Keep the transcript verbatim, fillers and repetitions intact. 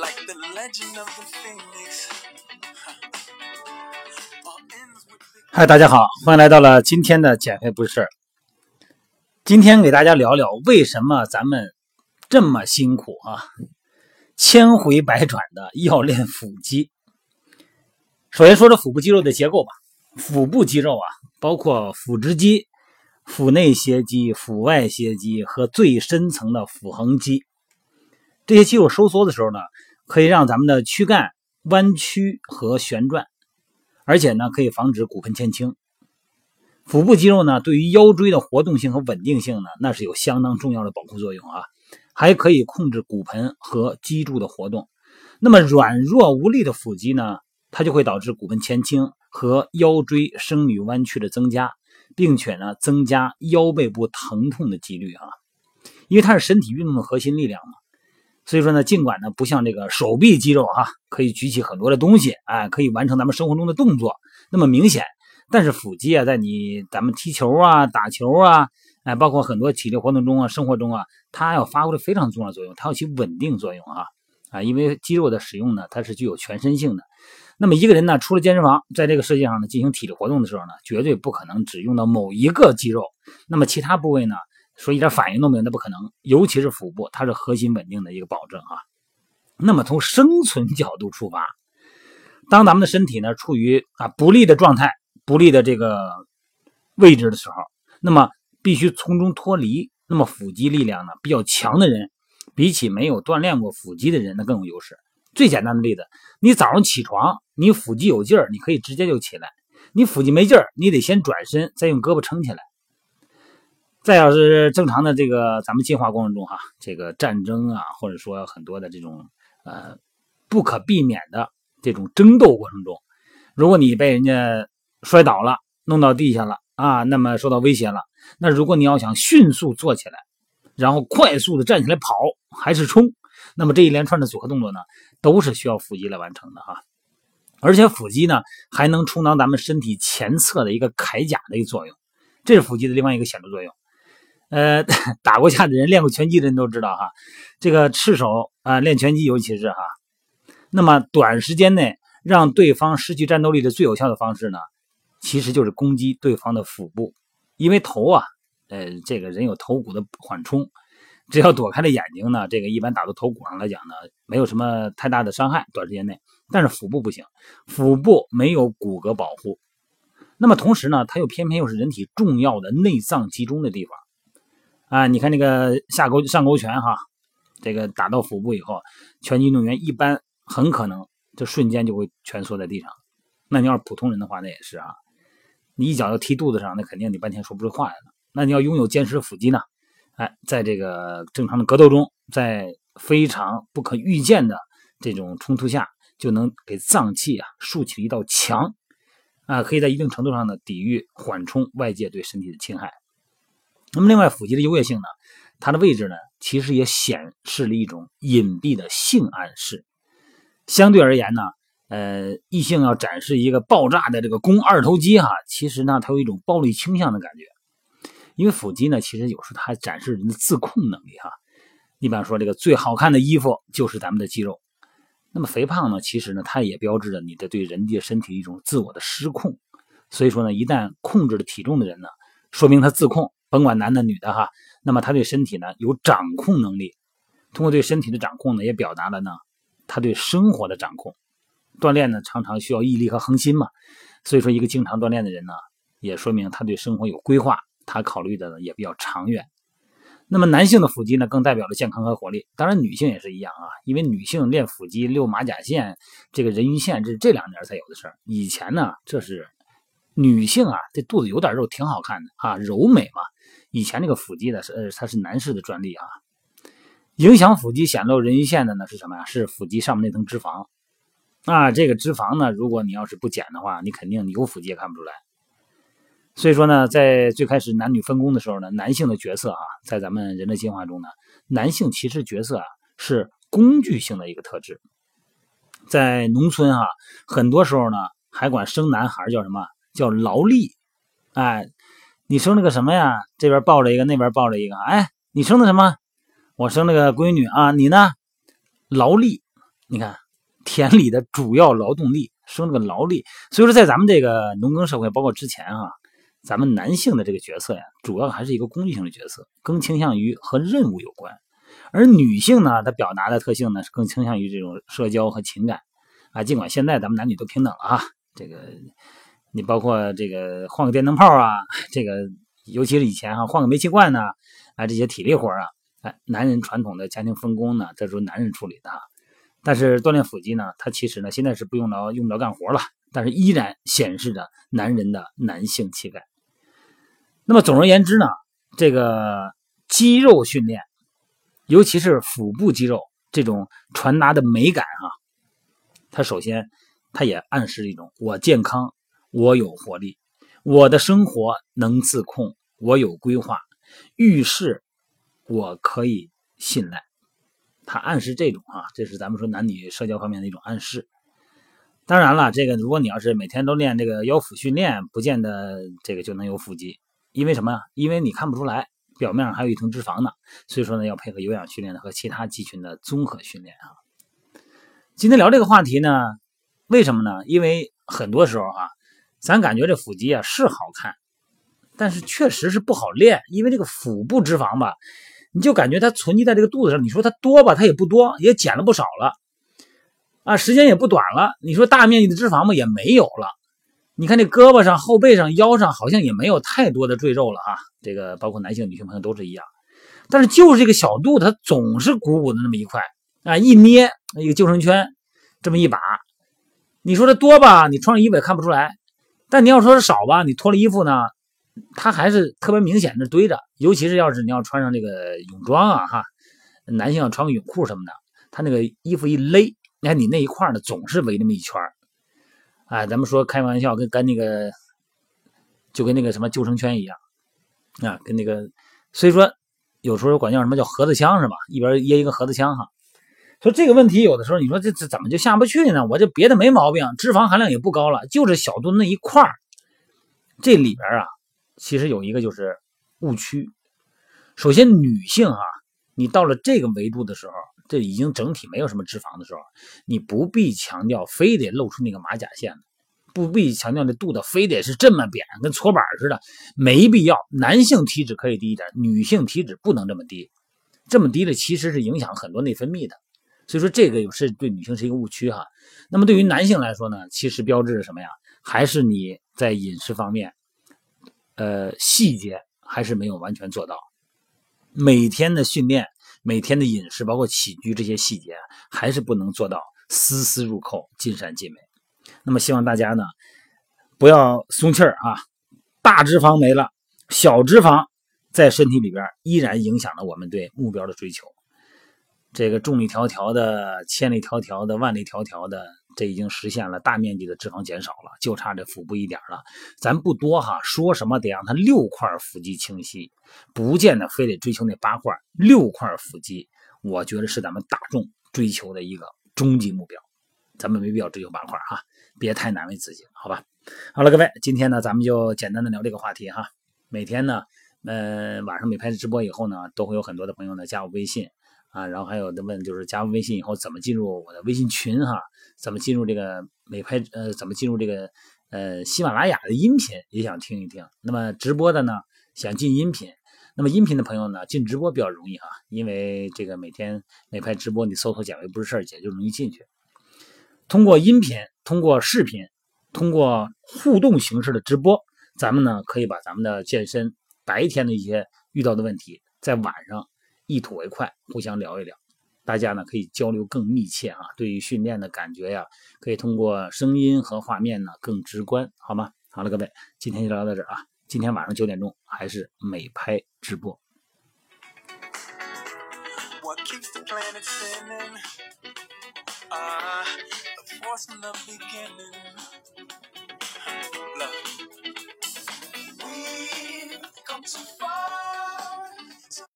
嗨，大家好，欢迎来到了今天的减肥不是事儿。今天给大家聊聊为什么咱们这么辛苦啊，千回百转的要练腹肌。首先说这腹部肌肉的结构吧，腹部肌肉啊，包括腹直肌、腹内斜肌、腹外斜肌和最深层的腹横肌。这些肌肉收缩的时候呢，可以让咱们的躯干弯曲和旋转，而且呢，可以防止骨盆前倾。腹部肌肉呢，对于腰椎的活动性和稳定性呢，那是有相当重要的保护作用啊，还可以控制骨盆和脊柱的活动。那么软弱无力的腹肌呢，它就会导致骨盆前倾和腰椎生理弯曲的增加，并且呢，增加腰背部疼痛的几率啊，因为它是身体运动的核心力量嘛。所以说呢，尽管呢不像这个手臂肌肉哈，可以举起很多的东西，哎，可以完成咱们生活中的动作那么明显，但是腹肌啊，在你咱们踢球啊、打球啊，哎，包括很多体力活动中啊、生活中啊，它要发挥非常重要的作用，它要起稳定作用啊啊，因为肌肉的使用呢，它是具有全身性的。那么一个人呢，出了健身房，在这个世界上呢进行体力活动的时候呢，绝对不可能只用到某一个肌肉，那么其他部位呢？说一点反应都没有，那不可能，尤其是腹部，它是核心稳定的一个保证啊。那么从生存角度出发，当咱们的身体呢处于啊不利的状态、不利的这个位置的时候，那么必须从中脱离。那么腹肌力量呢比较强的人，比起没有锻炼过腹肌的人呢更有优势。最简单的例子，你早上起床，你腹肌有劲儿，你可以直接就起来；你腹肌没劲儿，你得先转身，再用胳膊撑起来。再要是正常的这个咱们进化过程中哈，这个战争啊，或者说很多的这种呃不可避免的这种争斗过程中，如果你被人家摔倒了，弄到地下了啊，那么受到威胁了，那如果你要想迅速坐起来，然后快速的站起来跑还是冲，那么这一连串的组合动作呢，都是需要腹肌来完成的哈。而且腹肌呢还能充当咱们身体前侧的一个铠甲的一个作用，这是腹肌的另外一个显著作用。呃，打过架的人、练过拳击的人都知道哈，这个赤手啊、呃、练拳击，尤其是哈，那么短时间内让对方失去战斗力的最有效的方式呢，其实就是攻击对方的腹部，因为头啊，呃，这个人有头骨的缓冲，只要躲开了眼睛呢，这个一般打到头骨上来讲呢，没有什么太大的伤害，短时间内。但是腹部不行，腹部没有骨骼保护，那么同时呢，它又偏偏又是人体重要的内脏集中的地方。啊，你看那个下勾上勾拳哈，这个打到腹部以后，拳击运动员一般很可能就瞬间就会蜷缩在地上。那你要是普通人的话，那也是啊，你一脚要踢肚子上，那肯定你半天说不出话来了。那你要拥有坚实的腹肌呢，哎，在这个正常的格斗中，在非常不可预见的这种冲突下，就能给脏器啊竖起一道墙啊，可以在一定程度上呢抵御缓冲外界对身体的侵害。那么另外腹肌的优越性呢，它的位置呢其实也显示了一种隐蔽的性暗示。相对而言呢，呃，异性要展示一个爆炸的这个肱二头肌哈，其实呢它有一种暴力倾向的感觉。因为腹肌呢其实有时候它还展示人的自控能力哈。你比方说这个最好看的衣服就是咱们的肌肉。那么肥胖呢其实呢它也标志着你的对人的身体一种自我的失控。所以说呢，一旦控制了体重的人呢，说明他自控。甭管男的女的哈，那么他对身体呢有掌控能力，通过对身体的掌控呢，也表达了呢他对生活的掌控。锻炼呢常常需要毅力和恒心嘛，所以说一个经常锻炼的人呢，也说明他对生活有规划，他考虑的呢也比较长远。那么男性的腹肌呢，更代表了健康和活力，当然女性也是一样啊，因为女性练腹肌、溜马甲线、这个人鱼线，这是这两年才有的事儿。以前呢，这是女性啊，这肚子有点肉挺好看的啊，柔美嘛。以前这个腹肌的是呃，它是男士的专利啊。影响腹肌显露人鱼线的呢是什么呀？是腹肌上面那层脂肪啊。这个脂肪呢，如果你要是不减的话，你肯定你有腹肌也看不出来。所以说呢，在最开始男女分工的时候呢，男性的角色啊，在咱们人类进化中呢，男性其实角色啊是工具性的一个特质。在农村啊，很多时候呢，还管生男孩叫什么？叫劳力。哎，你生了个什么呀？这边抱着一个，那边抱着一个。哎，你生的什么？我生了个闺女啊，你呢？劳力你看田里的主要劳动力，生这个劳力。所以说在咱们这个农耕社会，包括之前啊，咱们男性的这个角色呀，主要还是一个工具性的角色，更倾向于和任务有关。而女性呢，她表达的特性呢，是更倾向于这种社交和情感啊。尽管现在咱们男女都平等了啊，这个你包括这个换个电灯泡啊，这个尤其是以前哈、啊，换个煤气罐呢，啊这些体力活啊，哎，男人传统的家庭分工呢，这时候男人处理的哈。但是锻炼腹肌呢，它其实呢现在是不用着用不着干活了，但是依然显示着男人的男性气概。那么总而言之呢，这个肌肉训练，尤其是腹部肌肉这种传达的美感啊，它首先它也暗示一种我健康，我有活力，我的生活能自控，我有规划，遇事我可以信赖。它暗示这种啊，这是咱们说男女社交方面的一种暗示。当然了，这个如果你要是每天都练这个腰腹训练，不见得这个就能有腹肌，因为什么呀？因为你看不出来，表面上还有一层脂肪呢。所以说呢，要配合有氧训练和其他肌群的综合训练啊。今天聊这个话题呢，为什么呢？因为很多时候啊，咱感觉这腹肌啊是好看，但是确实是不好练，因为这个腹部脂肪吧，你就感觉它存积在这个肚子上，你说它多吧，它也不多，也减了不少了啊，时间也不短了。你说大面积的脂肪嘛，也没有了。你看这胳膊上、后背上、腰上好像也没有太多的赘肉了啊，这个包括男性、女性朋友都是一样。但是就是这个小肚子，它总是鼓鼓的那么一块啊，一捏一个救生圈，这么一把。你说这多吧，你穿上衣服也看不出来；但你要说是少吧，你脱了衣服呢，它还是特别明显的堆着。尤其是要是你要穿上这个泳装啊，哈，男性要穿个泳裤什么的，他那个衣服一勒，你看你那一块呢，总是围那么一圈。哎，咱们说开玩笑，跟跟那个就跟那个什么救生圈一样啊，跟那个，所以说有时候管叫什么叫盒子枪是吧？一边掖一个盒子枪哈。说这个问题有的时候你说这这怎么就下不去呢？我这别的没毛病，脂肪含量也不高了，就是小肚子那一块这里边啊，其实有一个就是误区。首先女性啊，你到了这个维度的时候，这已经整体没有什么脂肪的时候，你不必强调非得露出那个马甲线，不必强调这肚子非得是这么扁，跟搓板似的，没必要。男性体脂可以低一点，女性体脂不能这么低，这么低的其实是影响很多内分泌的。所以说这个有是对女性是一个误区哈。那么对于男性来说呢，其实标志是什么呀？还是你在饮食方面，呃，细节还是没有完全做到。每天的训练、每天的饮食，包括起居这些细节，还是不能做到丝丝入扣、尽善尽美。那么希望大家呢，不要松气儿啊，大脂肪没了，小脂肪在身体里边依然影响了我们对目标的追求。这个众里迢迢的、千里迢迢的、万里迢迢的，这已经实现了大面积的脂肪减少了，就差这腹部一点了。咱不多哈，说什么得让它六块腹肌清晰，不见得非得追求那八块，六块腹肌，我觉得是咱们大众追求的一个终极目标。咱们没必要追求八块哈，别太难为自己，好吧？好了，各位，今天呢，咱们就简单的聊这个话题哈。每天呢，呃，晚上美拍直播以后呢，都会有很多的朋友呢加我微信。啊，然后还有的问就是加微信以后怎么进入我的微信群哈？怎么进入这个美拍呃？怎么进入这个呃喜马拉雅的音频也想听一听？那么直播的呢想进音频，那么音频的朋友呢进直播比较容易哈，因为这个每天美拍直播你搜索减肥不是事儿姐就容易进去。通过音频、通过视频、通过互动形式的直播，咱们呢可以把咱们的健身白天的一些遇到的问题，在晚上一吐为快，互相聊一聊，大家呢可以交流更密切啊。对于训练的感觉呀，可以通过声音和画面呢更直观，好吗？好了，各位，今天就聊到这儿啊。今天晚上九点钟还是美拍直播。What keeps the planet spinning? Ah, the force in the beginning.